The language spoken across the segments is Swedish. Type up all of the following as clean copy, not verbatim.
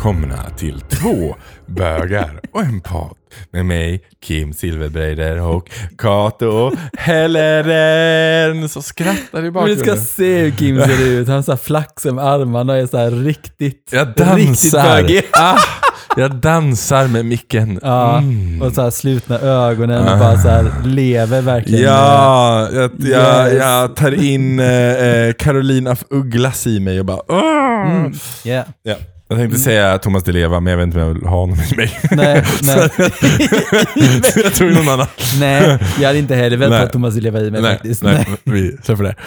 välkomna till 2 bögar och en podd med mig, Kim Silverbreider och Kato Helleren. Så skrattar i bakgrunden. Vi ska se hur Kim ser ut. Han har så här flax med armarna och är så här riktigt bögig. Jag dansar med micken. Ja, och så här slutna ögonen och bara så här lever verkligen. Ja, jag tar in Caroline af Ugglas i mig och bara Yeah. Ja. Jag tänkte säga Thomas Di Leva, men jag vet inte om jag vill ha honom i mig. Nej. Så jag tror någon annan. Nej, jag hade inte heller velat ha Thomas Di Leva i mig faktiskt. Nej, vi släpper det.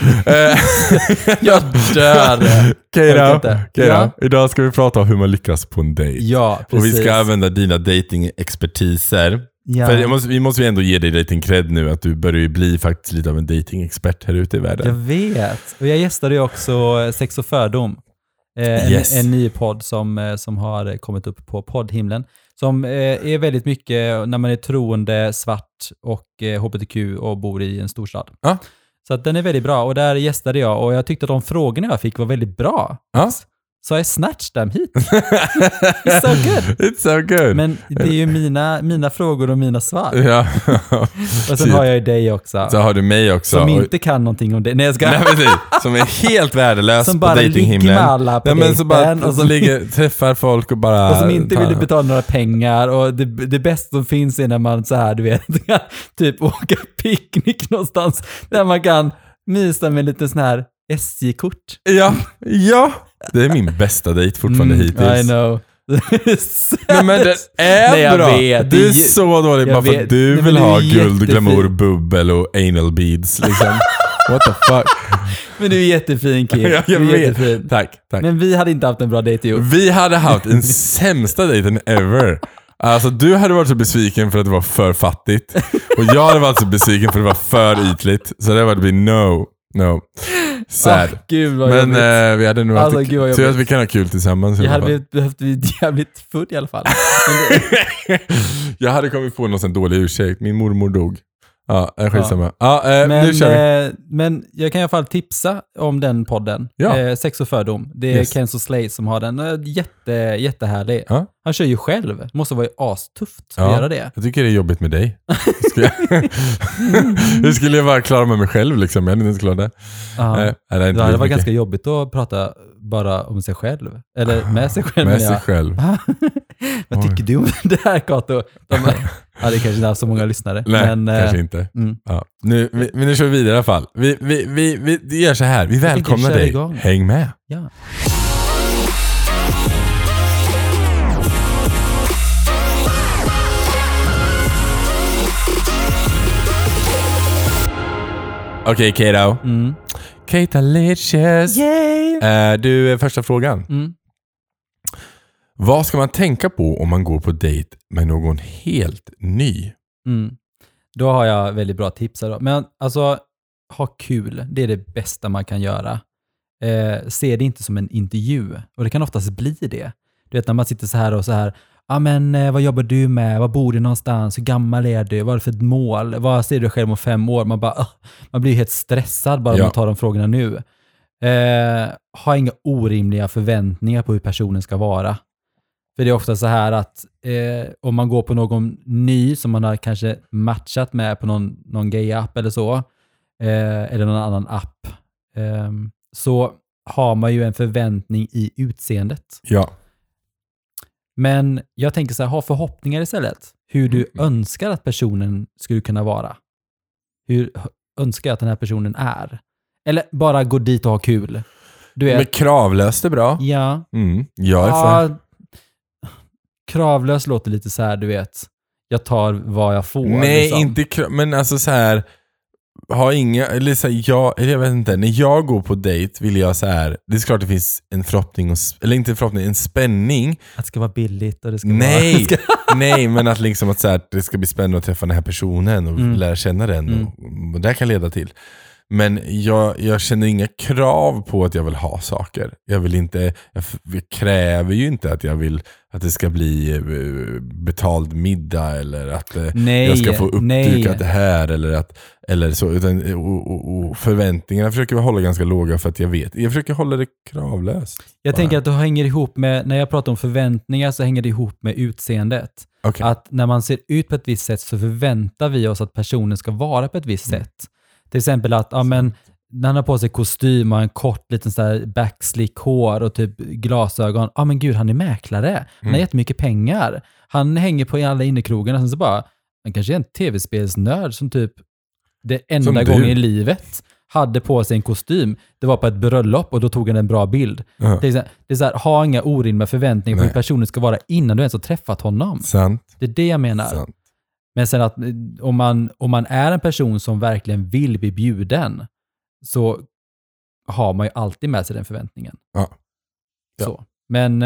Jag dör. Okej då. Idag ska vi prata om hur man lyckas på en dejt. Ja, precis. Och vi ska använda dina dating-expertiser. Ja. För vi måste ju ändå ge dig dating-cred nu, att du börjar ju bli faktiskt lite av en dating-expert här ute i världen. Jag vet. Och jag gästade ju också Sex och fördom. En ny podd som har kommit upp på poddhimlen. Som är väldigt mycket när man är troende, svart och hbtq och bor i en storstad. Ja. Så att den är väldigt bra. Och där gästade jag och jag tyckte att de frågorna jag fick var väldigt bra. Ja. Så I snatched them hit. It's so good. It's so good. Men det är ju mina frågor och mina svar. Ja. Och sen har jag ju dig också. Så har du mig också. Som inte kan någonting om det. Nej, jag ska... Nej, som är helt värdelös som på bara ligger med alla på dejten. Och som träffar folk och bara... Och som inte vill betala några pengar. Och det bästa som finns är när man så här, du vet, typ åka picknick någonstans. Där man kan mysa med lite sån här SJ-kort. Ja. Det är min bästa dejt fortfarande hittills. I know. Men det är nej, bra. Vet. Du är så dålig bara för att du vill ha guld, glamour, bubbel och anal beads liksom. What the fuck? Men du är jättefin, Kim. Jag vet. Jättefin. Tack. Men vi hade inte haft en bra dejt ihop. Vi hade haft den sämsta dejten ever. Alltså du hade varit så besviken för att det var för fattigt. Och jag hade varit så besviken för att det var för ytligt. Så det var det bli no. Sad. Gud vad men vi hade nog tur att vi kan ha kul tillsammans. Jag hade behövt bli jävligt full i alla fall. Jag hade kommit på någon sån dålig ursäkt. Min mormor dog. Ja, skitsamma. Men, nu kör vi. Men jag kan i alla fall tipsa om den podden. Sex och fördom. Det är Kenzo Slay som har den. Jättehärlig. Ja. Han kör ju själv. Det måste vara astufft att göra det. Jag tycker det är jobbigt med dig. Hur skulle jag bara klara med mig själv liksom? Jag hade inte klarat det. Det var ganska jobbigt att prata bara om sig själv. Eller med sig själv. Med sig själv. Vad tycker du om det här, Kato? Det kanske inte är så många lyssnare. Nej, men, kanske inte. Ja. Nu kör vi vidare i alla fall. Vi gör så här. Vi välkomnar dig. Häng med. Ja. Okej, Kato. Katalicious. Yay! Du, första frågan. Vad ska man tänka på om man går på dejt med någon helt ny? Då har jag väldigt bra tips här då. Men alltså, ha kul. Det är det bästa man kan göra. Se det inte som en intervju. Och det kan oftast bli det. Du vet när man sitter så här och så här. Men vad jobbar du med? Var bor du någonstans? Hur gammal är du? Vad är det för ett mål? Vad ser du själv om 5 år? Man blir helt stressad bara om man tar de frågorna nu. Ha inga orimliga förväntningar på hur personen ska vara. För det är ofta så här att om man går på någon ny som man har kanske matchat med på någon gay-app eller så, eller någon annan app, så har man ju en förväntning i utseendet. Ja. Men jag tänker så här, ha förhoppningar istället. Hur du önskar att personen skulle kunna vara. Hur önskar jag att den här personen är. Eller bara gå dit och ha kul. Du vet. Men kravlöst är bra. Ja. Jag är för... Kravlöst låter lite så här, du vet. Jag tar vad jag får. Nej, liksom. inte men alltså så här, ha inga, eller så här, jag vet inte, när jag går på dejt vill jag så här, det är klart det finns en förhoppning eller inte en förhoppning, en spänning att det ska vara billigt och det ska nej, men att liksom att så här, det ska bli spännande att träffa den här personen och lära känna den och det kan leda till. Men jag känner inga krav på att jag vill ha saker. Jag kräver ju inte att jag vill att det ska bli betald middag eller att jag ska få uppdukat det här eller så, utan förväntningarna försöker jag hålla ganska låga för att jag försöker hålla det kravlöst. Jag tänker att det hänger ihop med, när jag pratar om förväntningar så hänger det ihop med utseendet. Okay. Att när man ser ut på ett visst sätt så förväntar vi oss att personen ska vara på ett visst sätt. Till exempel att när han har på sig kostym och en kort liten så här backslick hår och typ glasögon. Men gud, han är mäklare. Han har jättemycket pengar. Han hänger på alla innekrogarna. Sen så bara, han kanske är en tv-spelsnörd som typ det enda gången i livet hade på sig en kostym. Det var på ett bröllop och då tog han en bra bild. Det är så här, ha inga orimliga förväntningar på hur personen ska vara innan du ens har träffat honom. Sant. Det är det jag menar. Sant. Men sen att om man är en person som verkligen vill bli bjuden så har man ju alltid med sig den förväntningen. Ja. Så. Men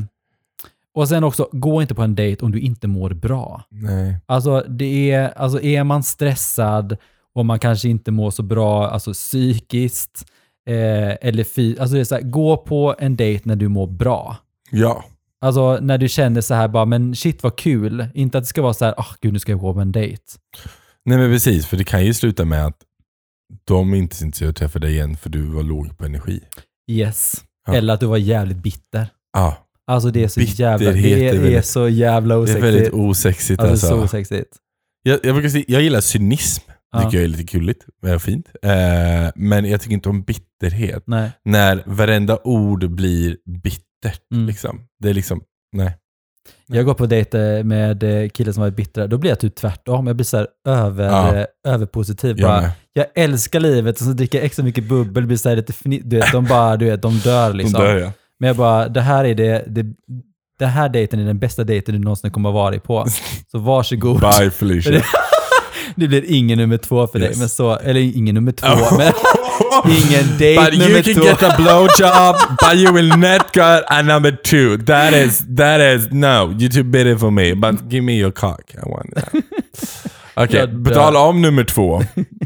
och sen också, gå inte på en dejt om du inte mår bra. Nej. Alltså är man stressad och man kanske inte mår så bra, alltså psykiskt eller alltså det är så här, gå på en dejt när du mår bra. Ja. Alltså när du känner så här bara, men shit vad kul. Inte att det ska vara så här, gud nu ska jag gå på en dejt. Nej men precis, för det kan ju sluta med att de inte är intresserade att träffa dig igen för du var låg på energi. Yes. Ja. Eller att du var jävligt bitter. Ja. Alltså det är så Bitterhet är så jävla osexigt. Det är väldigt osexigt alltså. Så osexigt. Jag brukar säga, jag gillar cynism. Det tycker jag är lite kulligt. Väldigt fint. Men jag tycker inte om bitterhet. Nej. När varenda ord blir bittert. Liksom. Det är liksom, nej. Jag går på dejt med killar som var bittra. Då blir jag typ tvärtom. Jag blir så här överpositiv. Jag älskar livet och så dricker jag extra mycket bubbel. Blir så här lite de dör liksom. De dör, ja. Men jag bara, det här är det här dejten är den bästa dejten du någonsin kommer att vara på. Så varsågod. Bye Felicia. Det blir ingen nummer 2 för dig. Men så, eller ingen nummer 2. Men ingen date but nummer 2. But you can get a blowjob, but you will not get a number 2. That is, no, you're too bitter for me. But give me your cock. I want that. Okej, betala om nummer 2.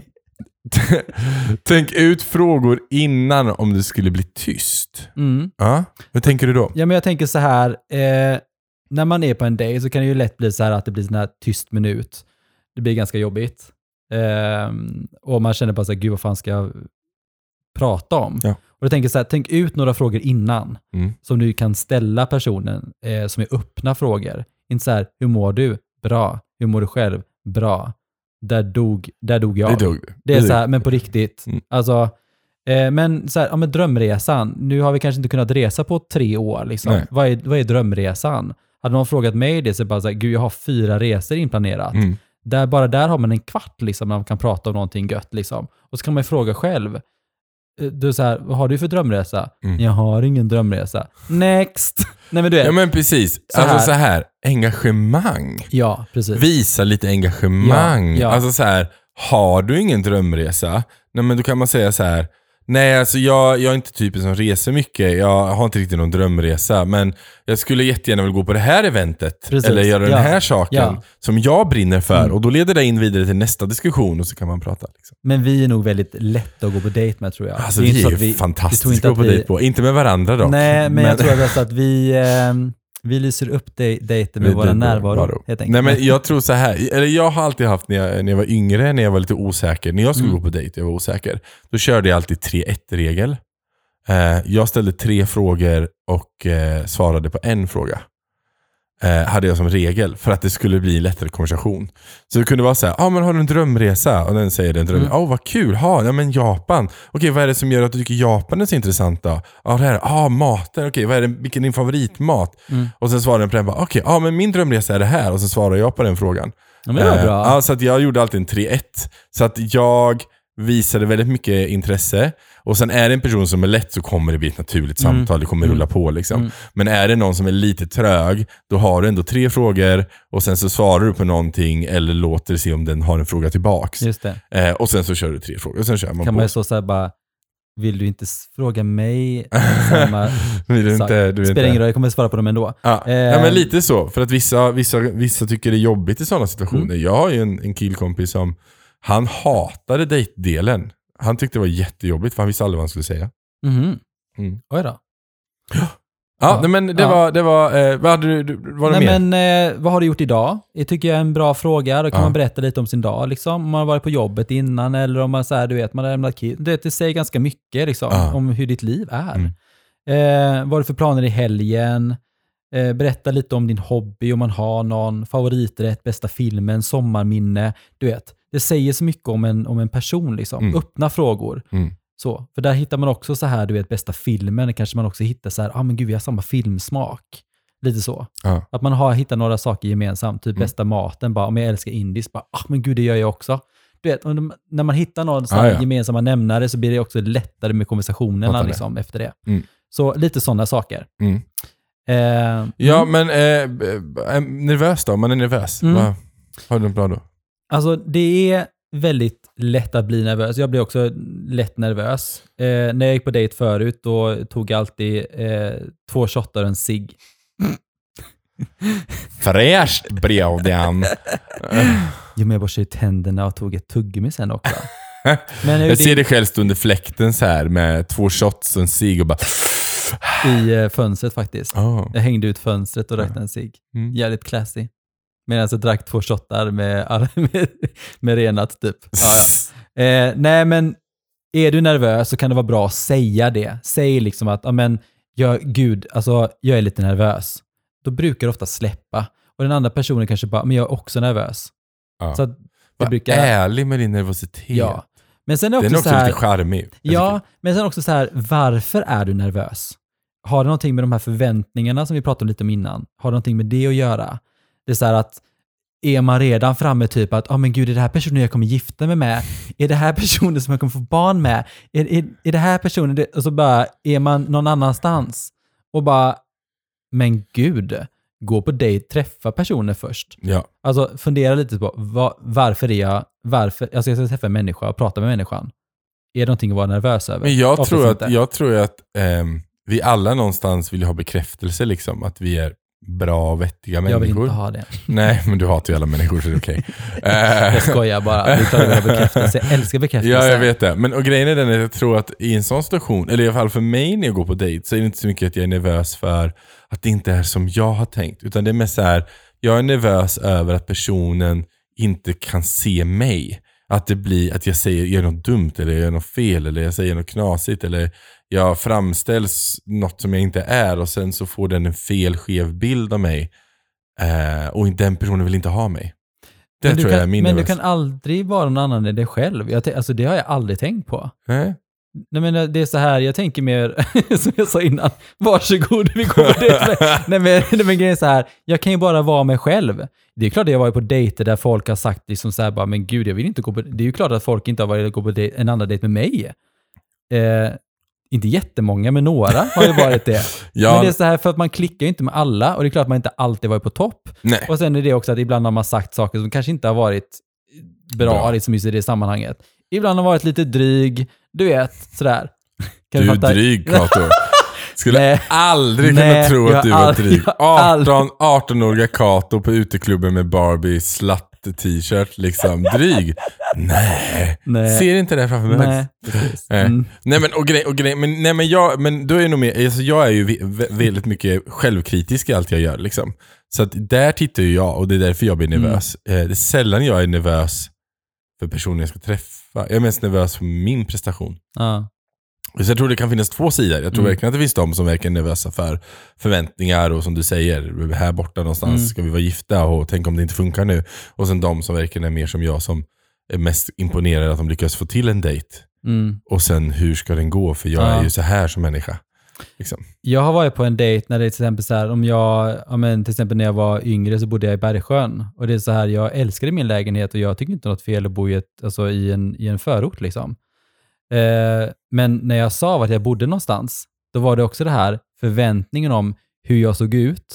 Tänk ut frågor innan om det skulle bli tyst. Ja, vad tänker du då? Ja, men jag tänker så här. När man är på en dejt så kan det ju lätt bli så här att det blir sån här tyst minut. Det blir ganska jobbigt. Och man känner bara så här, gud vad fan ska jag prata om? Ja. Och jag tänker så här, tänk ut några frågor innan. Som du kan ställa personen som är öppna frågor. Inte så här, hur mår du? Bra. Hur mår du själv? Bra. Där dog jag. Det är så här, men på riktigt. Alltså, men så här, med drömresan. Nu har vi kanske inte kunnat resa på 3 år. Liksom. Vad är drömresan? Hade någon frågat mig det så bara så här, gud jag har 4 resor inplanerat. Bara där har man en kvart liksom, när man kan prata om någonting gött. Liksom. Och så kan man fråga själv. Du så här, vad har du för drömresa? Jag har ingen drömresa. Next! Nej, men du vet. Ja men precis. Så här, engagemang. Ja, precis. Visa lite engagemang. Ja. Alltså så här, har du ingen drömresa? Nej men då kan man säga så här. Nej, alltså jag är inte typen som reser mycket. Jag har inte riktigt någon drömresa. Men jag skulle jättegärna vilja gå på det här eventet. Precis. Eller göra den här saken som jag brinner för. Och då leder det in vidare till nästa diskussion och så kan man prata. Liksom. Men vi är nog väldigt lätta att gå på dejt med, tror jag. Alltså vi är fantastiska att gå på dejt på. Inte med varandra dock. Nej, men jag tror att vi lyser upp dejten med våra närvaro. Nej, men jag tror så här. Eller jag har alltid haft när jag var yngre, när jag var lite osäker. När jag skulle gå på dejt, jag var osäker. Då körde jag alltid 3-1-regel. Jag ställde 3 frågor och svarade på en fråga. Hade jag som regel för att det skulle bli en lättare konversation. Så det kunde vara så här, men har du en drömresa? Och den säger en drömresa. Vad kul, men Japan. Okej, vad är det som gör att du tycker Japan är så intressant då? Det här, maten. Okej, vilken är din favoritmat? Och sen svarar den på den bara, okej, men min drömresa är det här. Och så svarar jag på den frågan. Ja, men det var bra. Så att jag gjorde alltid en 3-1. Så att jag visade väldigt mycket intresse. Och sen är det en person som är lätt så kommer det bli ett naturligt samtal. Det kommer rulla på liksom. Men är det någon som är lite trög, då har du ändå 3 frågor och sen så svarar du på någonting eller låter se om den har en fråga tillbaks. Just det. Och sen så kör du 3 frågor och sen kör man kan på. Man ju så här bara, vill du inte fråga mig samma vill du inte, du spelar ingen roll, jag kommer svara på dem ändå. Ja, men lite så. För att vissa tycker det är jobbigt i sådana situationer. Jag har ju en killkompis som han hatade dejtdelen. Han tyckte det var jättejobbigt för han visste aldrig vad han skulle säga. Oj då. Ja, nej, men det var vad hade du var det mer? Men vad har du gjort idag? Det tycker jag är en bra fråga. Då kan man berätta lite om sin dag liksom. Om man har varit på jobbet innan eller om man så här, du vet, man har lämnat kid. Det säger ganska mycket liksom om hur ditt liv är. Vad har du för planer i helgen? Berätta lite om din hobby, om man har någon favoriträtt, bästa filmen, sommarminne. Du vet, det säger så mycket om en person liksom. Öppna frågor. Så, för där hittar man också så här, du vet, bästa filmen. Kanske man också hittar så här, men gud, vi har samma filmsmak. Lite så. Att man hittar några saker gemensamt. Typ bästa maten, bara, om jag älskar indiskt, bara, men gud, det gör jag också. Du vet, när man hittar någon så här gemensamma nämnare så blir det också lättare med konversationerna liksom, efter det. Så lite sådana saker. Men nervös då? Man är nervös. Har du något bra då? Alltså, det är väldigt lätt att bli nervös. Jag blir också lätt nervös. När jag gick på dejt förut, då tog jag alltid 2 shottar och en cigg. Fräscht blev den. Jo, men jag borstade tänderna och tog ett tuggummi sen också. Men jag ser dig själv stå under fläkten så här med 2 shots och en cigg och bara... I fönstret faktiskt. Jag hängde ut fönstret och rökte en cigg. Jävligt classy. Medan jag drack 2 shottar med renat typ. Nej, men är du nervös så kan det vara bra att säga det. Säg liksom att jag är lite nervös. Då brukar det ofta släppa. Och den andra personen kanske bara, men jag är också nervös. Så att det brukar... ärlig med din nervositet. Ja. Men sen är den är också lite charmig. Ja, men sen också så här, varför är du nervös? Har det någonting med de här förväntningarna som vi pratade lite om innan? Har det någonting med det att göra? Det är så här att är man redan framme typ att men gud, är det här personen jag kommer gifta mig med? Är det här personen som jag kommer få barn med? Är det här personen? Och så bara är man någon annanstans och bara, men gud, gå på dejt, träffa personer först. Ja. Alltså fundera lite på varför jag ska träffa en människa och prata med människan. Är det någonting att vara nervös över? Men jag tror att vi alla någonstans vill ha bekräftelse liksom, att vi är bra och vettiga människor. Jag vill inte ha det. Nej, men du hatar ju alla människor så det är okej. Jag skojar bara. Vi tar bekräftelse. Jag älskar bekräftelse. Ja, jag vet det. Men och grejen är den att jag tror att i en sån situation, eller i alla fall för mig när jag går på dejt, så är det inte så mycket att jag är nervös för att det inte är som jag har tänkt. Utan det är mest så här, jag är nervös över att personen inte kan se mig. Att det blir att jag gör något dumt eller jag gör något fel eller jag säger något knasigt eller jag framställs något som jag inte är och sen så får den en skev bild av mig och den personen vill inte ha mig. Det tror jag är min. Men du kan aldrig vara någon annan än dig själv. Alltså det har jag aldrig tänkt på. Nej, men det är så här, jag tänker mer som jag sa innan, varsågod, vi går på det. Nej men grejen är så här, jag kan ju bara vara mig själv. Det är klart att jag har varit på dejter där folk har sagt liksom så här bara, men gud, jag vill inte gå på. Det är ju klart att folk inte har varit gå på en annan dejt med mig. Inte jättemånga, men några har ju varit det. Ja. Men det är så här, för att man klickar ju inte med alla och det är klart att man inte alltid varit på topp. Nej. Och sen är det också att ibland har man sagt saker som kanske inte har varit bra. Liksom just i det sammanhanget. Ibland har varit lite dryg, du vet, sådär. Kan du är dryg, Kato. Skulle aldrig kunna tro att du var dryg. 18-åriga Kato på uteklubben med Barbie slatt t-shirt, liksom dryg. Nej. Ser inte det framför mig. Nej, men då är det nog mer, alltså jag är ju väldigt mycket självkritisk i allt jag gör liksom. Så att där tittar ju jag och det är därför jag blir nervös. Det är sällan jag är nervös för personen jag ska träffa. Jag är mest nervös för min prestation. Så jag tror det kan finnas 2 sidor. Jag tror verkligen att det finns de som verkar nervösa för förväntningar och som du säger, här borta någonstans ska vi vara gifta och tänk om det inte funkar nu. Och sen de som verkligen är mer som jag som är mest imponerade att de lyckas få till en dejt. Och sen hur ska den gå? För jag är ju så här som människa. Liksom. Jag har varit på en dejt när det är till exempel så här, till exempel när jag var yngre så bodde jag i Bergsjön. Och det är så här, jag älskade min lägenhet och jag tycker inte något fel att bo i en förort liksom. Men när jag sa att jag bodde någonstans, då var det också det här förväntningen om hur jag såg ut.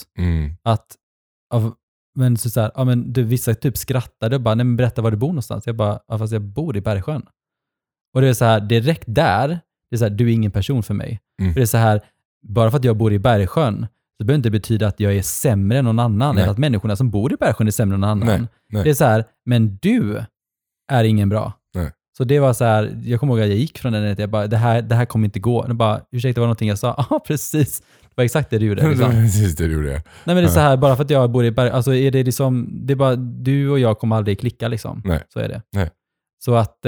Vissa typ skrattade och bara, nej men berätta var du bor någonstans. Jag bara, fast jag bor i Bergsjön. Och det är så här, direkt där, det är så här, du är ingen person för mig. För det är så här, bara för att jag bor i Bergsjön så behöver inte betyda att jag är sämre än någon annan. Eller att människorna som bor i Bergsjön är sämre än någon annan. Nej. Det är så här, men du är ingen bra. Nej. Så det var så här, jag kommer ihåg att jag gick från den, jag bara, det här kommer inte gå. Jag bara, ursäkta, var det någonting jag sa? Ja, precis. Det var exakt det du gjorde. Liksom. Precis det du gjorde. Nej, men det är så här, bara för att jag bor i Berg, alltså är det liksom, det är bara, du och jag kommer aldrig klicka liksom. Nej. Så är det. Nej. Så att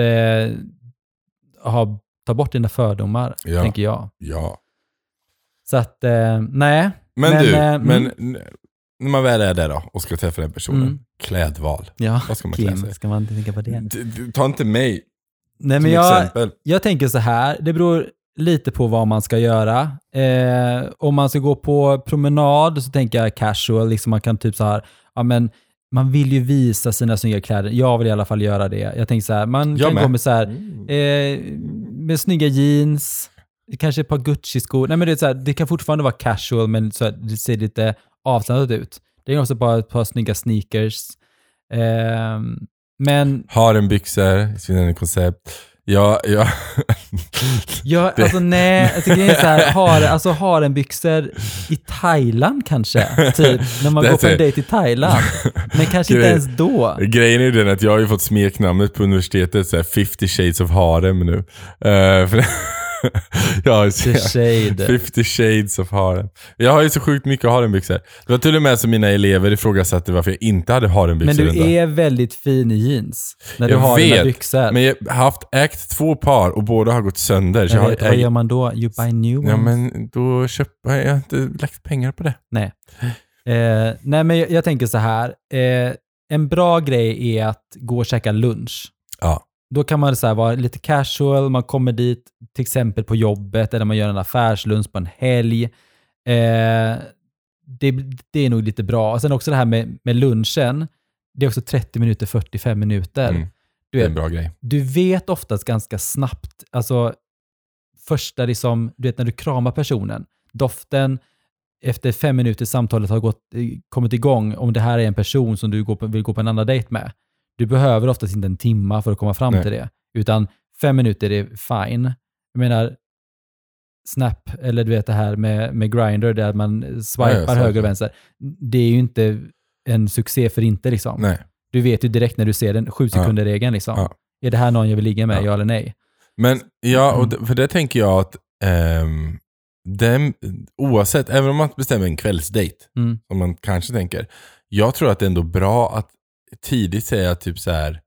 ta bort dina fördomar, tänker jag. Ja. Så att, nej. Men när man väl är där då och ska träffa den personen, klädval. Ja, vad ska man klä sig? ska man inte tänka på det? Ta inte mig. Nej, men jag tänker så här, det beror lite på vad man ska göra. Om man ska gå på promenad så tänker jag casual, liksom man kan typ så här, ja men man vill ju visa sina snygga kläder. Jag vill i alla fall göra det. Jag tänker så här, man kan gå med så här, med snygga jeans, kanske ett par Gucci-skor. Nej, men det är så här, det kan fortfarande vara casual, men så här, det ser lite avslappnat ut. Det är också bara ett par snygga sneakers. Men har en byxor, sin koncept. Ja. Alltså nej, alltså grejen är så här, har en byxor i Thailand kanske, typ när man går på en dejt i Thailand, men kanske inte ens då. Grejen är ju den att jag har ju fått smeknamnet på universitetet så här 50 shades of harem nu. Ja, 50 shades of harem. Jag har ju så sjukt mycket harembyxor. Det var till och med som mina elever ifrågasatte varför jag inte hade harembyxor. Men du är väldigt fin i jeans när du har dina byxor. Men jag har ägt 2 par och båda har gått sönder. Så vad gör man då? You buy new ones? Ja, men då köper jag inte lagt pengar på det. Nej. Nej, men jag tänker så här. En bra grej är att gå och käka lunch. Ja. Då kan man så här vara lite casual, man kommer dit till exempel på jobbet eller man gör en affärslunch på en helg. Det är nog lite bra. Och sen också det här med lunchen, det är också 30 minuter, 45 minuter. Det är en bra grej. Du vet oftast ganska snabbt, alltså första liksom, du vet när du kramar personen, doften efter 5 minuter samtalet har kommit igång, om det här är en person som du vill gå på en annan dejt med. Du behöver oftast inte en timma för att komma fram till det. Utan 5 minuter är fine. Jag menar, Snap, eller du vet det här med Grindr där man swipar höger och vänster. Det är ju inte en succé för inte liksom. Nej. Du vet ju direkt när du ser den 7 sekunder-regeln liksom. Ja. Är det här någon jag vill ligga med, ja eller nej? Men ja, och för det tänker jag att oavsett, även om man bestämmer en kvällsdejt, som man kanske tänker, jag tror att det är ändå bra att tidigt säga typ så här,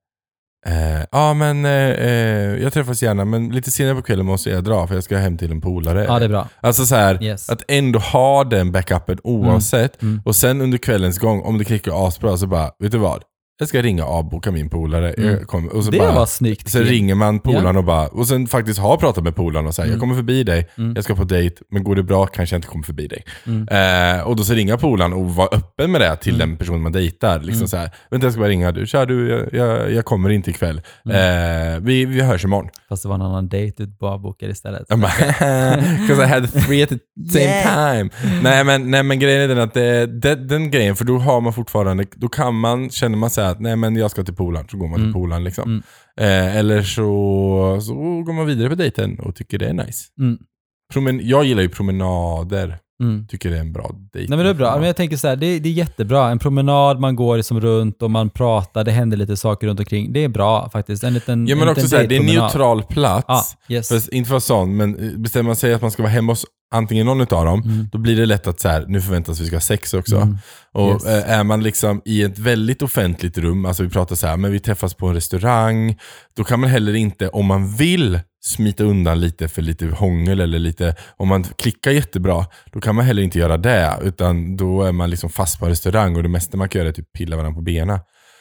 jag träffas gärna, men lite senare på kvällen måste jag dra för jag ska hem till en polare. Ja, det är bra. Alltså så här, att ändå ha den backupen oavsett. Och sen under kvällens gång, om det klickar asbra, så bara, vet du vad? Jag ska ringa och avboka min polare. Och så det var snyggt. Så ringer man polaren och bara, och sen faktiskt har pratat med polaren och säger, jag kommer förbi dig, jag ska på dejt, men går det bra kanske jag inte kommer förbi dig. Och då så ringer polaren och var öppen med det till den personen man dejtar. Liksom så här, vänta jag ska bara ringa, jag kommer inte ikväll. Vi hörs imorgon. Fast det var en annan dejt du bara bokade istället. Because I had 3 at the same time. Nej men grejen är den att den grejen, för då har man fortfarande, då kan man, känner man sig att nej men jag ska till polaren, så går man till polaren liksom. Eller så går man vidare på dejten och tycker det är nice. Jag gillar ju promenader. Tycker det är en bra dejt. Nej men det är bra, men jag tänker så här, det är jättebra. En promenad, man går liksom runt och man pratar, det händer lite saker runt omkring. Det är bra faktiskt. Ja men också så här, det är en neutral plats. Yes. Inte för sån, men bestämmer man sig att man ska vara hemma hos antingen någon av dem, då blir det lätt att så här, nu förväntas vi ska ha sex också. Och är man liksom i ett väldigt offentligt rum, alltså vi pratar så här, men vi träffas på en restaurang, då kan man heller inte, om man vill smita undan lite för lite hångel eller lite, om man klickar jättebra, då kan man heller inte göra det, utan då är man liksom fast på en restaurang och det mesta man kan göra är typ pilla varandra på benen.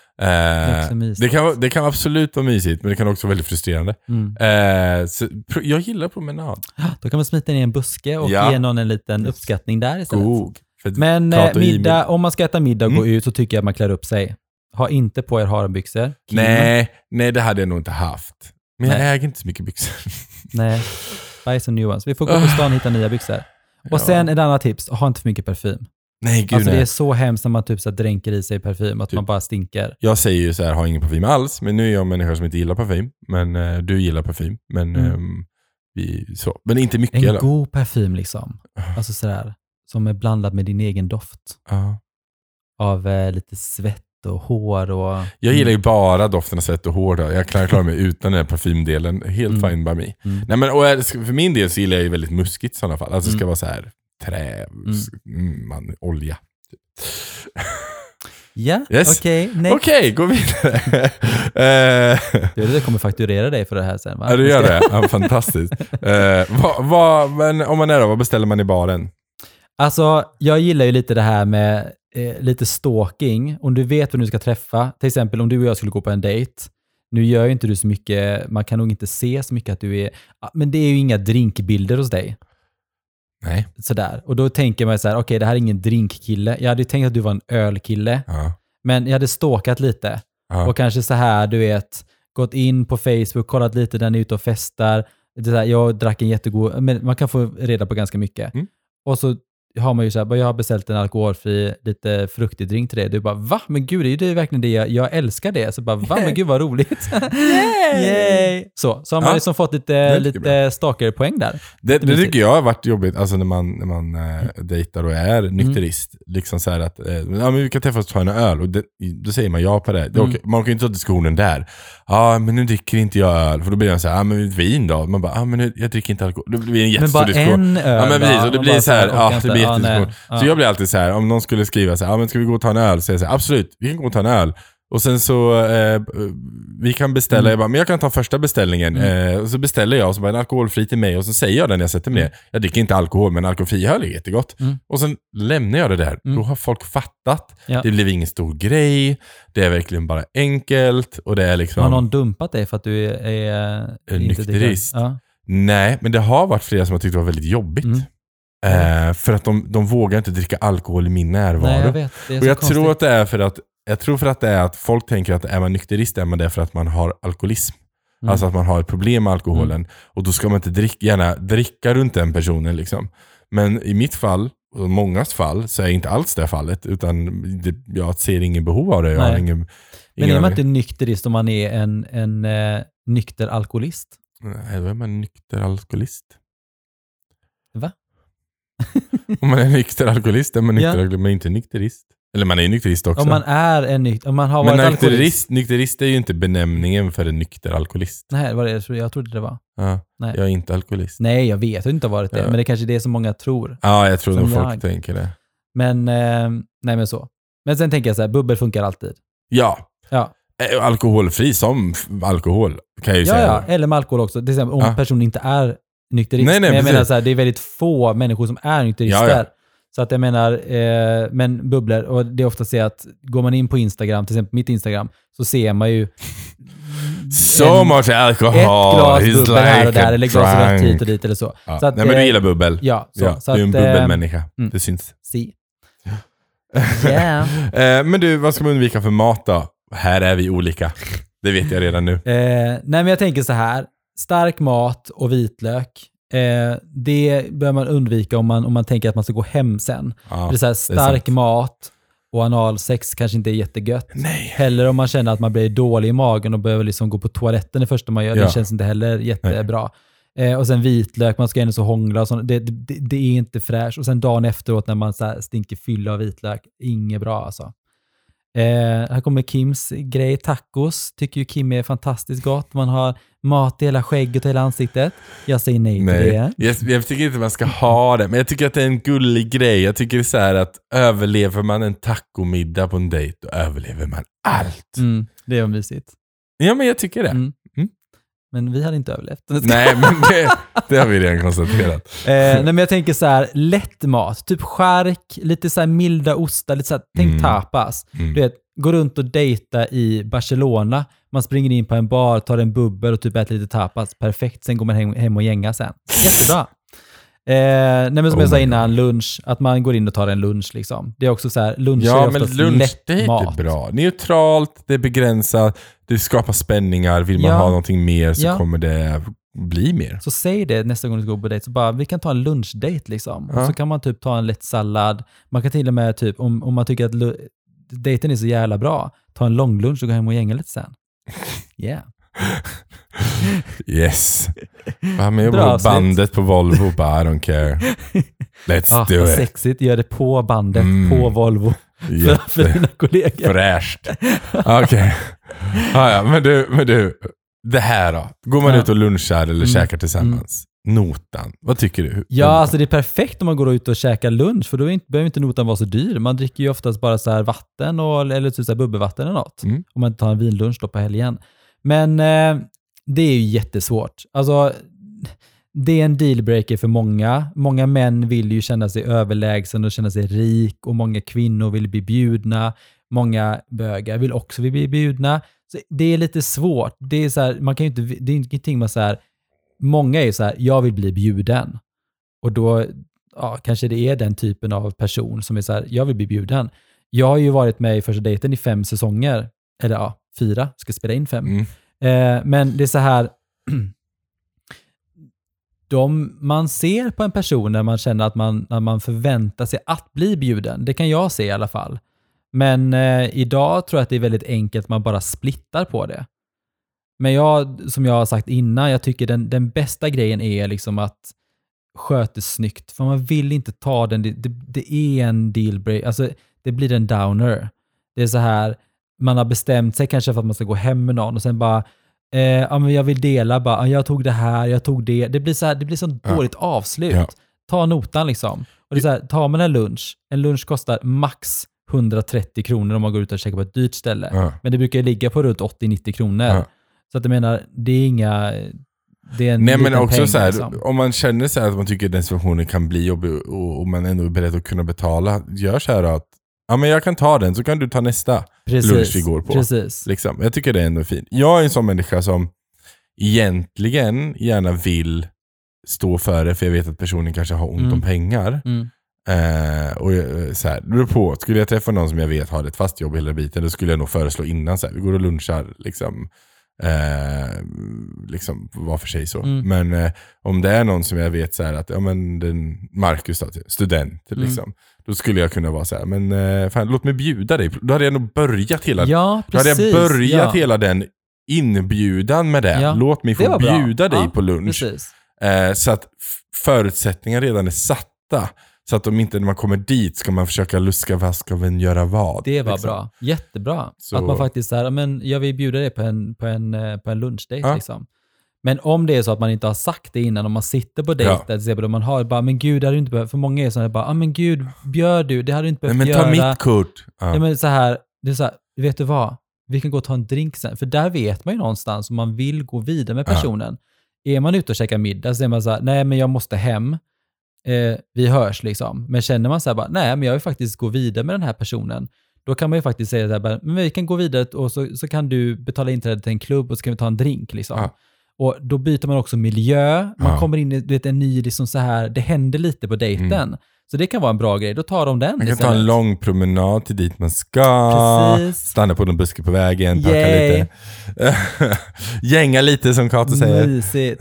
Det kan absolut vara mysigt, men det kan också vara väldigt frustrerande. Så jag gillar promenad. Då kan man smita ner i en buske och ge någon en liten uppskattning där istället. Men middag, om man ska äta middag och gå ut, så tycker jag att man klär upp sig. Ha inte på er harembyxor. Nej, det hade jag nog inte haft. Men jag äger inte så mycket byxor. Nej, buy some new ones. Vi får gå på stan och hitta nya byxor. Och sen ett annat tips, ha inte för mycket parfym. Nej, gud, alltså nej. det är så hemskt när man typ så dränker i sig parfym, att typ man bara stinker. Jag säger ju så här, ha ingen parfym alls, men nu är jag en människa som inte gillar parfym. Men du gillar parfym. Men men inte mycket. En god parfym liksom. Alltså sådär, som är blandad med din egen doft. Av lite svett och hår och... Jag gillar ju bara doften av svett och hår då. Jag klarar mig utan den här parfymdelen. Helt fine by me. Nej, men, och för min del så gillar jag ju väldigt muskigt i sådana fall. Alltså det ska vara så här trä, olja. Ja, yes. Okej, gå vidare. Jag kommer fakturera dig för det här sen, va? Ja, du gör det. Ja, fantastiskt. Men om man är då, vad beställer man i baren? Alltså, jag gillar ju lite det här med lite stalking. Om du vet vem du ska träffa, till exempel om du och jag skulle gå på en dejt. Nu gör ju inte du så mycket, man kan nog inte se så mycket att du är... Men det är ju inga drinkbilder hos dig. Nej. Sådär. Och då tänker man så här, okej, det här är ingen drinkkille. Jag hade tänkt att du var en ölkille. Ja. Men jag hade stalkat lite. Ja. Och kanske så här, du vet, gått in på Facebook, kollat lite där ni är ute och festar. Det så här, jag drack en jättegod... Men man kan få reda på ganska mycket. Och så har man ju så här, jag har beställt en alkoholfri, lite fruktig drink till det. Du bara, va? Men gud, är det verkligen det? Jag älskar det. Så bara, va? Men gud, vad roligt. Yay! Så har man liksom fått lite stalkerpoäng där. Det tycker jag har varit jobbigt, alltså när man dejtar och är nykterist. Liksom så här att, men vi kan träffas och ta en öl. Och då säger man ja på det. Man kan inte ta diskussionen där. Ja, men nu dricker inte jag öl. För då blir det så här, men vin då? Man bara, men jag dricker inte alkohol. Det blir en jättestor diskussion. Men bara en öl. Ja, men precis. Och det blir så här, det blir jättediskussion. Ja. Så jag blir alltid så här, om någon skulle skriva så här, men ska vi gå och ta en öl? Så säger jag så här, absolut, vi kan gå och ta en öl. Och sen så, vi kan beställa, jag bara, men jag kan ta första beställningen. Och så beställer jag, och så bara en alkoholfri till mig. Och så säger jag den jag sätter med. Jag dricker inte alkohol, men alkoholfri öl är jättegott. Och sen lämnar jag det där. Då har folk fattat. Ja. Det blev ingen stor grej. Det är verkligen bara enkelt. Och det är liksom... Har någon dumpat dig för att du är nykterist? Ja. Nej, men det har varit flera som har tyckt det var väldigt jobbigt. För att de vågar inte dricka alkohol i min närvaro. Nej, jag vet. Det är så och jag konstigt. Tror att det är för att det är att folk tänker att är man nykterist är man det för att man har alkoholism. Alltså att man har ett problem med alkoholen. Och då ska man inte gärna dricka runt den personen liksom. Men i mitt fall, och mångas fall, så är inte alls det fallet. Utan jag ser ingen behov av det. Jag har ingen men är man inte nykterist om man är en nykter alkoholist? Nej, då är man nykter alkoholist. Va? Om man är nykter alkoholist är man nykter alkoholist, men inte nykterist. Eller man är nykterist också. Om man är en nykter, om man har varit alkoholist. Nykterist är ju inte benämningen för en nykter alkoholist. Nej, vad är det? Jag trodde det var. Ja, nej. Jag är inte alkoholist. Nej, jag vet att det inte har varit det. Men det är kanske det som många tror. Ja, jag tror nog folk tänker det. Men, nej men så. Men sen tänker jag så här, bubbel funkar alltid. Ja. Alkoholfri som alkohol kan jag ju säga. Ja, eller med alkohol också. Till exempel om personen inte är nykterist. Nej, men jag menar så här, det är väldigt få människor som är nykterister. Ja. Så att jag menar, men bubblor, och det är ofta så att går man in på Instagram, till exempel mitt Instagram, så ser man ju so much alcohol. Ett glas bubbel här och där, eller glas rött hit och dit eller så. Ja. Så att, nej, men du gillar bubbel. Ja. Så du är en bubbelmänniska. Det syns. Si. Yeah. Men du, vad ska man undvika för mat då? Här är vi olika. Det vet jag redan nu. Nej, men jag tänker så här. Stark mat och vitlök. Det bör man undvika om man tänker att man ska gå hem sen. Ja, det är så här, stark mat och analsex kanske inte är jättegött. Nej. Heller om man känner att man blir dålig i magen och behöver liksom gå på toaletten det första man gör. Det känns inte heller jättebra. Och sen vitlök, man ska ändå så hångla och sånt. Det är inte fräscht. Och sen dagen efteråt när man så här stinker fylla av vitlök, inget bra alltså. Här kommer Kims grej, tacos. Tycker ju Kim är fantastiskt gott. Man har mat i hela skägget och hela ansiktet. Jag säger nej till det. Jag tycker inte man ska ha det. Men jag tycker att det är en gullig grej. Jag tycker det är så här att överlever man en tacomiddag på en dejt, då överlever man allt. Det är mysigt. Ja, men jag tycker det. Men vi hade inte överlevt. Nej, men det har vi redan konstaterat. Nej, men jag tänker så här, lätt mat. Typ skärk, lite så här milda ostar, lite så här, tänk tapas. Du vet, gå runt och dejta i Barcelona. Man springer in på en bar, tar en bubbel och typ äter lite tapas. Perfekt, sen går man hem och gänga sen. Jättebra. Nej, men som jag sa innan, lunch. Att man går in och tar en lunch liksom. Det är också så här, lunch är oftast lätt mat. Det är bra. Neutralt, det är begränsat, det skapar spänningar. Vill man ha någonting mer så kommer det bli mer. Så säg det nästa gång du går på dejt. Så bara, vi kan ta en lunchdate liksom. Och så kan man typ ta en lätt sallad. Man kan till och med typ, om man tycker att dejten är så jävla bra, ta en lång lunch och gå hem och gänga lite sen. Yeah. Yes. Var med Bra på bandet på Volvo. Bara, I don't care. Let's do it. Sexigt, gör det på bandet, på Volvo. För dina kollegor. Fräscht. Okej. Ja, men du. Det här då. Går man ut och lunchar eller käkar tillsammans? Notan. Vad tycker du? Ja, alltså det är perfekt om man går ut och käkar lunch, för då behöver inte notan vara så dyr. Man dricker ju oftast bara så här vatten eller typ så här bubbelvatten eller något. Om man tar en vinlunch då på helgen. Men det är ju jättesvårt. Alltså det är en dealbreaker för många. Många män vill ju känna sig överlägsen och känna sig rik, och många kvinnor vill bli bjudna. Många bögar vill också bli bjudna. Så det är lite svårt. Det är så här, man kan ju inte, det är ingenting man så här. Många är ju så här, jag vill bli bjuden. Och då kanske det är den typen av person som är så här, jag vill bli bjuden. Jag har ju varit med i första dejten i 5 säsonger. Eller 4, ska spela in 5. Men det är så här, man ser på en person när man känner att man förväntar sig att bli bjuden. Det kan jag se i alla fall. Men idag tror jag att det är väldigt enkelt, man bara splittar på det. Men som jag har sagt innan, jag tycker den bästa grejen är liksom att sköta snyggt. För man vill inte ta den, det är en dealbreaker. Alltså det blir en downer. Det är så här, man har bestämt sig kanske för att man ska gå hem med någon och sen bara, men jag vill dela, bara, jag tog det här, jag tog det. Det blir så här, det blir sånt dåligt avslut. Ja. Ta notan liksom. Och det är så här, tar man en lunch kostar max 130 kronor om man går ut och käkar på ett dyrt ställe. Ja. Men det brukar ligga på runt 80-90 kronor. Ja. Så att jag menar, det är inga... Det är en Nej, men också peng, så här, liksom. Om man känner så här att man tycker att den situationen kan bli jobbig och man ändå är beredd att kunna betala, gör så här att men jag kan ta den, så kan du ta nästa lunch vi går på. Precis. Liksom. Jag tycker det är ändå fint. Jag är en sån människa som egentligen gärna vill stå för det, för jag vet att personen kanske har ont om pengar. Och så här, det beror på. Skulle jag träffa någon som jag vet har ett fast jobb hela biten, då skulle jag nog föreslå innan så här, vi går och lunchar liksom var för sig så. Men om det är någon som jag vet så här att den Marcus då, student liksom, då skulle jag kunna vara så här, men fan, låt mig bjuda dig. Då hade jag nog börjat hela hela den inbjudan med det. Ja, låt mig få bjuda dig på lunch. Så att förutsättningar redan är satta. Så att om inte när man kommer dit ska man försöka luska vad ska vi göra vad. Det var bra. Jättebra. Så. Att man faktiskt säger, men jag vill bjuda dig på en lunchdate liksom. Men om det är så att man inte har sagt det innan, om man sitter på dejten, man har bara, men gud, det hade du inte behövt. För många är så här bara, men gud, bjöd du, det hade du inte behövt göra. Men ta mitt kort. Ja, men så här, det är så här, vet du vad? Vi kan gå och ta en drink sen. För där vet man ju någonstans om man vill gå vidare med personen. Är man ute och käkar middag så är man så här, nej men jag måste hem. Vi hörs liksom. Men känner man så här bara, nej men jag vill faktiskt gå vidare med den här personen. Då kan man ju faktiskt säga så här bara, men vi kan gå vidare och så kan du betala inträde till en klubb och så kan vi ta en drink liksom. Och då byter man också miljö. Man kommer in i en ny liksom så här, det händer lite på dejten. Så det kan vara en bra grej. Då tar de den. Man kan ta en lång promenad till dit man ska. Precis. Stanna på någon buske på vägen. Packa lite. Gänga lite som Kato säger. Mysigt.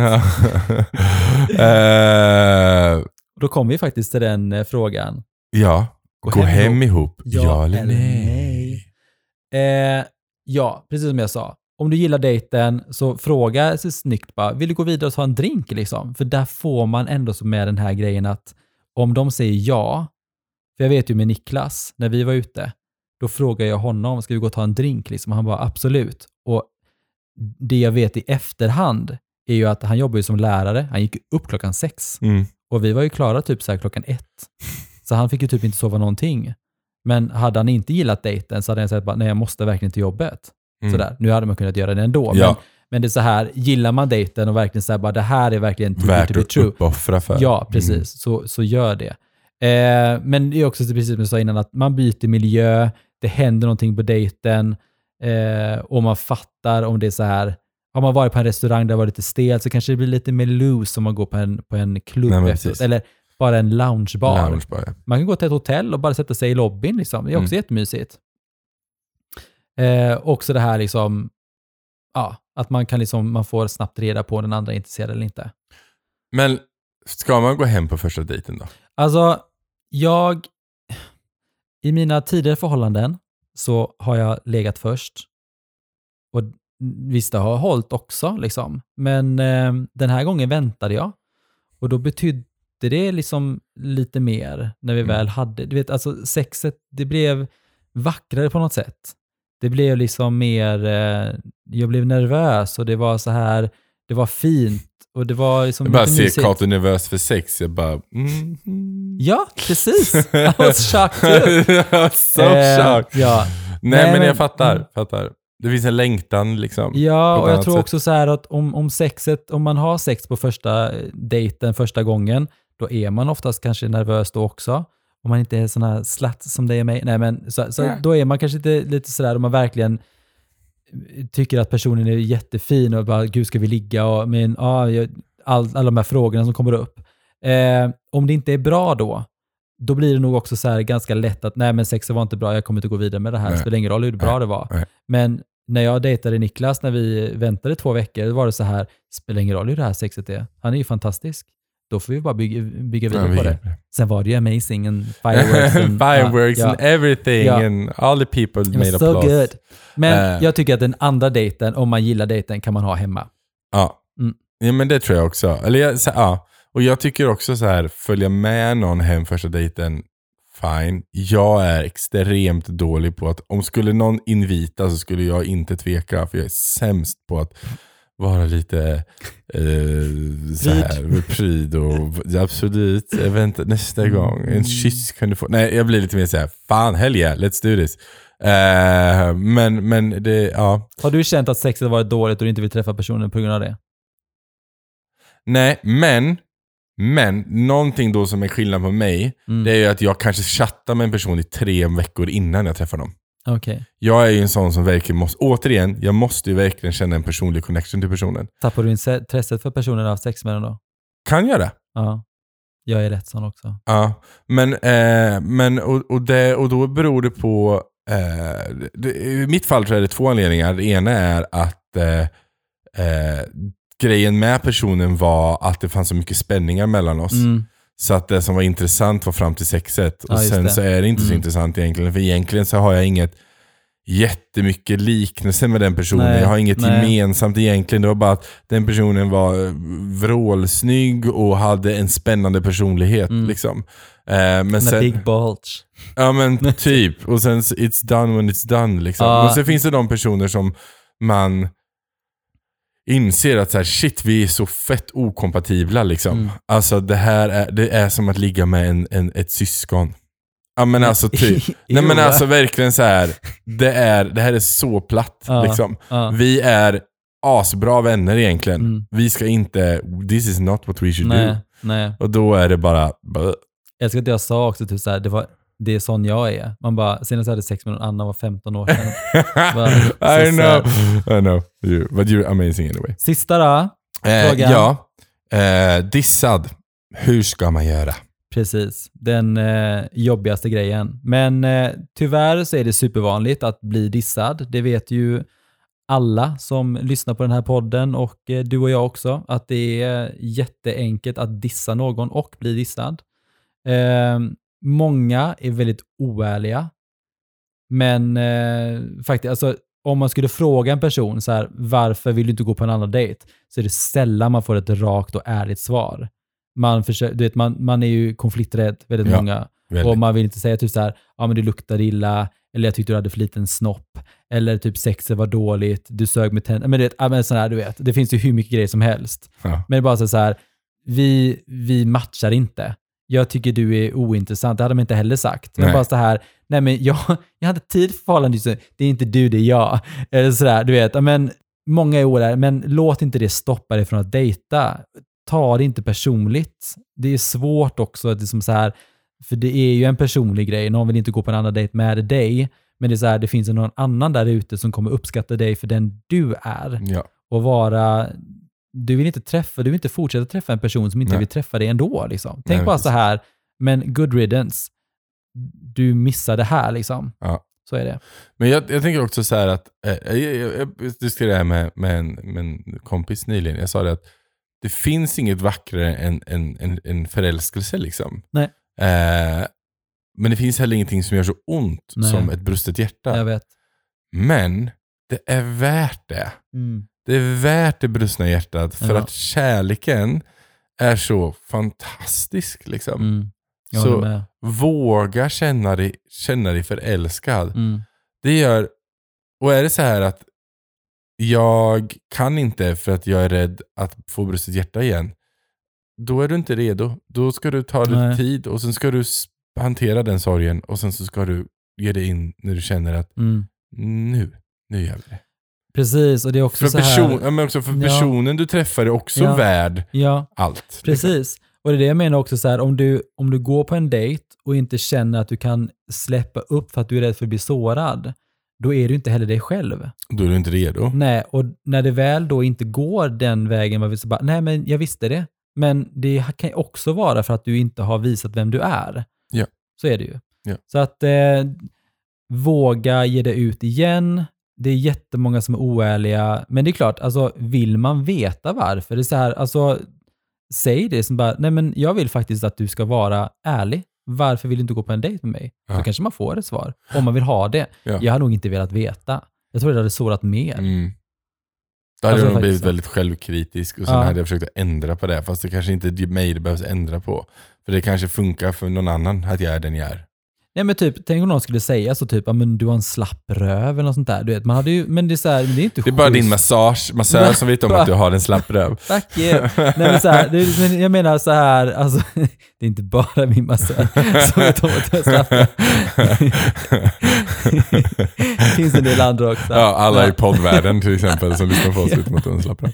Då kommer vi faktiskt till den frågan. Ja. Gå hem ihop. Ja eller nej? Ja, precis som jag sa. Om du gillar dejten så fråga sig snyggt bara, vill du gå vidare och ta en drink liksom? För där får man ändå så med den här grejen att om de säger ja, för jag vet ju med Niklas, när vi var ute, då frågade jag honom, ska vi gå och ta en drink liksom? Och han bara, absolut. Och det jag vet i efterhand är ju att han jobbar ju som lärare, han gick upp 6:00. Och vi var ju klara typ så här 1:00. Så han fick ju typ inte sova någonting. Men hade han inte gillat dejten så hade han sagt bara, nej jag måste verkligen till jobbet. Sådär. Nu hade man kunnat göra det ändå. Ja. Men det är så här, gillar man dejten och verkligen så här, bara det här är verkligen värt to be true. Uppoffra för. Ja, precis. Så gör det. Men det är också precis som jag sa innan att man byter miljö, det händer någonting på dejten och man fattar om det är så här, har man varit på en restaurang där det var lite stelt så kanske det blir lite mer loose om man går på en klubb efteråt, eller bara en loungebar. Ja. Man kan gå till ett hotell och bara sätta sig i lobbyn liksom. Det är också jättemysigt. Också det här liksom, att man kan liksom, man får snabbt reda på om den andra är intresserad eller inte. Men ska man gå hem på första dejten då? Alltså, i mina tidigare förhållanden så har jag legat först. Och visst det har hållit också liksom. Men den här gången väntade jag. Och då betydde det liksom lite mer när vi väl hade, du vet, alltså sexet, det blev vackrare på något sätt. Det blev liksom mer, jag blev nervös och det var så här, det var fint och det var liksom jag bara lite ser mysigt. Kato nervös för sex, jag bara Ja, precis. I was shocked too. I was so shocked. Ja. Nej, men jag fattar. Det finns en längtan liksom. Ja, och jag tror sätt. också så här att om man har sex på första dejten första gången, då är man oftast kanske nervös då också. Om man inte är sån här slatt som det är mig. Nej, men så då är man kanske lite sådär om man verkligen tycker att personen är jättefin och bara, gud ska vi ligga och men alla de här frågorna som kommer upp. Om det inte är bra då blir det nog också så här ganska lätt att nej men sexet var inte bra, jag kommer inte gå vidare med det här. Det spelar ingen roll hur bra det var. Nej. Men när jag dejtade Niklas, när vi väntade 2 veckor, då var det så här, spelar ingen roll hur det här sexet är. Han är ju fantastisk. Då får vi bara bygga vidare på det. Sen var det ju amazing and fireworks and everything and all the people made so applause. Good. Men jag tycker att den andra dejten, om man gillar dejten, kan man ha hemma. Ja. Ja, men det tror jag också. Och jag tycker också så här, följa med någon hem första dejten, fine. Jag är extremt dålig på att om skulle någon invita så skulle jag inte tveka, för jag är sämst på att vara lite så här pryd och absolut, jag väntar nästa gång, en kyss kan du få. Nej, jag blir lite mer så här, fan, hell yeah, let's do this. Men det, ja. Har du känt att sexet har varit dåligt och du inte vill träffa personen på grund av det? Nej, men någonting då som är skillnad på mig, det är ju att jag kanske chattar med en person i 3 veckor innan jag träffar dem. Okay. Jag är ju en sån som verkligen måste, jag måste ju verkligen känna en personlig connection till personen. Tappar du intresset för personen av sex med den då? Kan jag det? Ja, jag är rätt sån också. Ja, men då beror det på, i mitt fall tror jag det är 2 anledningar. Det ena är att grejen med personen var att det fanns så mycket spänningar mellan oss. Så att det som var intressant var fram till sexet. Och sen så är det inte så intressant egentligen. För egentligen så har jag inget jättemycket liknelse med den personen. Jag har inget gemensamt egentligen. Det var bara att den personen var vrålsnygg och hade en spännande personlighet. Liksom. Men sen, big bulge. Ja, men typ. Och sen it's done when it's done. Liksom. Och sen finns det de personer som man inser att så här, shit, vi är så fett okompatibla liksom. Alltså det är som att ligga med ett syskon. Ja, men alltså typ. Nej, men alltså verkligen så här, det här är så platt liksom. Vi är asbra vänner egentligen. Vi ska inte, this is not what we should do. Nej. Och då är det bara jag ska inte, jag sa också typ så här, det är sån jag är. Man bara, senast jag hade sex med någon annan var 15 år sedan. I know. But you're amazing anyway. Sista då? Frågan. Dissad. Hur ska man göra? Precis, den jobbigaste grejen. Men tyvärr så är det supervanligt att bli dissad. Det vet ju alla som lyssnar på den här podden och du och jag också. Att det är jätteenkelt att dissa någon och bli dissad. Många är väldigt oärliga. Men faktiskt, alltså, om man skulle fråga en person så här, varför vill du inte gå på en annan dejt? Så är det sällan man får ett rakt och ärligt svar. Man är ju konflikträdd, väldigt många. Väldigt. Och man vill inte säga typ så här, ja men du luktar illa, eller jag tyckte du hade för liten snopp, eller typ sexet var dåligt, du sög med tänder. Men sån här, du vet, det finns ju hur mycket grejer som helst. Ja. Men det är bara så här, vi matchar inte. Jag tycker du är ointressant, det hade man inte heller sagt. Men bara så här, nej men jag hade tid för förhållande, det är inte du, det är jag. Eller sådär, du vet, men många är oärliga, men låt inte det stoppa dig från att dejta. Ta det inte personligt. Det är svårt också att liksom så här, för det är ju en personlig grej. Någon vill inte gå på en annan dejt med dig, men det är så här, det finns någon annan där ute som kommer uppskatta dig för den du är. Ja. Och du vill inte fortsätta träffa en person som inte vill träffa dig ändå liksom. Tänk bara så här, men good riddance. Du missar det här liksom. Ja. Så är det. Men jag tänker också så här att jag diskuterade det här med en kompis nyligen. Jag sa det att det finns inget vackrare än en förälskelse liksom. Nej. Men det finns heller ingenting som gör så ont som ett brustet hjärta. Jag vet. Men det är värt det. Det är värt det brustna hjärtat för att kärleken är så fantastisk liksom. Så våga känna dig förälskad. Det gör, och är det så här att jag kan inte för att jag är rädd att få brustet hjärta igen, då är du inte redo. Då ska du ta dig tid och sen ska du hantera den sorgen och sen så ska du ge dig in när du känner att nu gör vi det. Precis, och det är också så här... men också för personen du träffar är också värd allt. Precis, och det är det jag menar också så här, om du går på en dejt och inte känner att du kan släppa upp för att du är rädd för att bli sårad, då är du inte heller dig själv. Då är du inte redo. Nej, och när det väl då inte går den vägen, man vill så bara, nej men jag visste det. Men det kan ju också vara för att du inte har visat vem du är. Ja. Så är det ju. Ja. Så att våga ge det ut igen. Det är jättemånga som är oärliga. Men det är klart, alltså, vill man veta varför? Det är så här, alltså, säg det som bara, nej men jag vill faktiskt att du ska vara ärlig. Varför vill du inte gå på en dejt med mig? Så kanske man får ett svar. Om man vill ha det. Ja. Jag har nog inte velat veta. Jag tror det hade sårat mer. Då hade jag nog blivit väldigt självkritisk och sen hade jag försökt ändra på det. Fast det kanske inte är mig det behövs ändra på. För det kanske funkar för någon annan att jag är den jag är. Nej men typ, tänk om någon skulle säga så typ, men du har en slapp röv eller något sånt där. Du vet, man hade ju, men det är så här, det är inte det är bara din massör som vet om att du har en slapp röv. Tack you. Nej men så här, men jag menar så här, alltså, det är inte bara min massör som vet om att du har slapp röv. Det finns en del andra också. Ja, alla i poddvärlden till exempel som lyssnar på oss vet om att du har en slapp röv.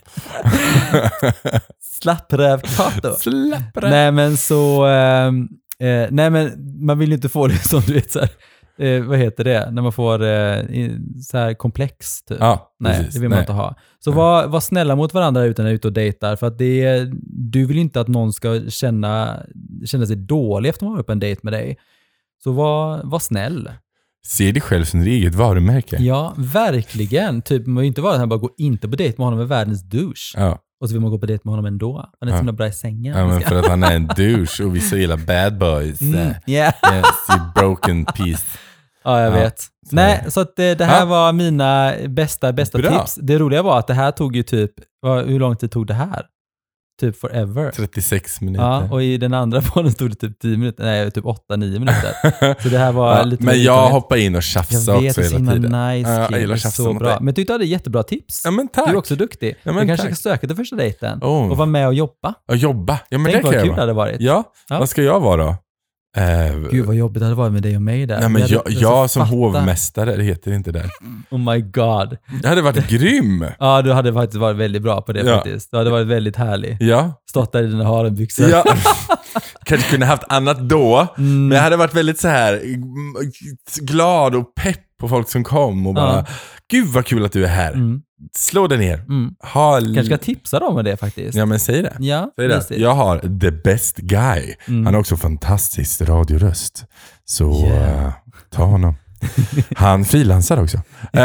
Slappröv Kato. Nej men så... nej men man vill ju inte få det som du vet så här, vad heter det när man får så här komplex typ. Nej, precis. Det vill man inte ha. Så var snälla mot varandra utan att ut och dejtar, för att du vill inte att någon ska känna sig dålig efter att man har upp en dejt med dig. Så var snäll. Se dig själv som ditt eget varumärke. Ja, verkligen. Typ man vill inte vara den här bara gå inte på dejt med honom med världens douche. Ja. Och så vill man gå på dejt med honom ändå. Han är så himla bra i sängen. Ja, men för att han är en douche och vi så gillar bad boys. Yes, you broken piece. Ja, jag vet. Nej, så att det här var mina bästa tips. Det roliga var att det här tog ju typ, hur lång tid tog det här? Typ forever. 36 minuter. Ja, och i den andra podden stod det typ 10 minuter. Nej, typ 8-9 minuter. Så det här var lite... Men jag hoppar in och tjafsar också hela tiden. Nice, jag gillar så bra. Men jag tyckte du hade jättebra tips. Ja, men tack. Du är också duktig. Ja, du kanske ska söka till första dejten. Och vara med och jobba. Och jobba? Ja, men tänk det kan vad kul det hade varit. Ja, vad ska jag vara då? Gud vad jobbigt det hade varit med dig och mig där. Nej, men jag som hovmästare, det heter inte det. Oh my god. Det hade varit grym. Ja, du hade faktiskt varit väldigt bra på det faktiskt. Du hade varit väldigt härlig. Ja. Stått där i dina harenbyxor. Ja. Kanske kunde haft annat då. Men jag hade varit väldigt så här glad och pepp på folk som kom och bara, gud vad kul att du är här. Slå det ner. Kanske ska tipsa dem om det faktiskt. Ja, men säg det. Ja, säg det. Jag har the best guy. Han har också fantastisk radioröst. Så ta honom. Han frilansar också.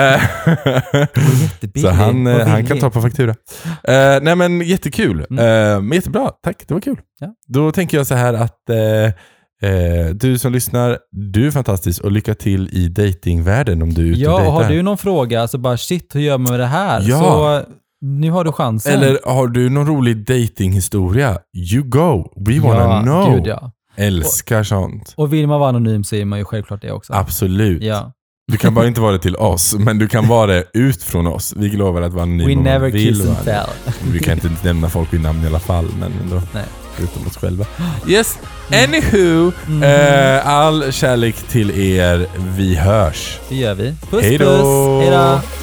Så han kan ta på faktura. Nej men jättekul. Men jättebra, tack. Det var kul. Ja. Då tänker jag så här att du som lyssnar, du är fantastisk och lycka till i datingvärlden om du är ute och dejtar. Har du någon fråga så bara shit, hur gör man med det här? Ja. Så nu har du chansen. Eller har du någon rolig datinghistoria? You go. We wanna know. Gud, ja. Älskar sånt. Och vill man vara anonym så är man ju självklart det också. Absolut. Ja. Du kan bara inte vara det till oss, men du kan vara det ut från oss. Vi lovar att vara anonyma. We never kiss and tell. Vi kan inte nämna folk vid namn i alla fall, men ändå. Nej. Utom oss själva. Yes. Anywho, all kärlek till er. Vi hörs. Det gör vi. Puss, puss. Hej då.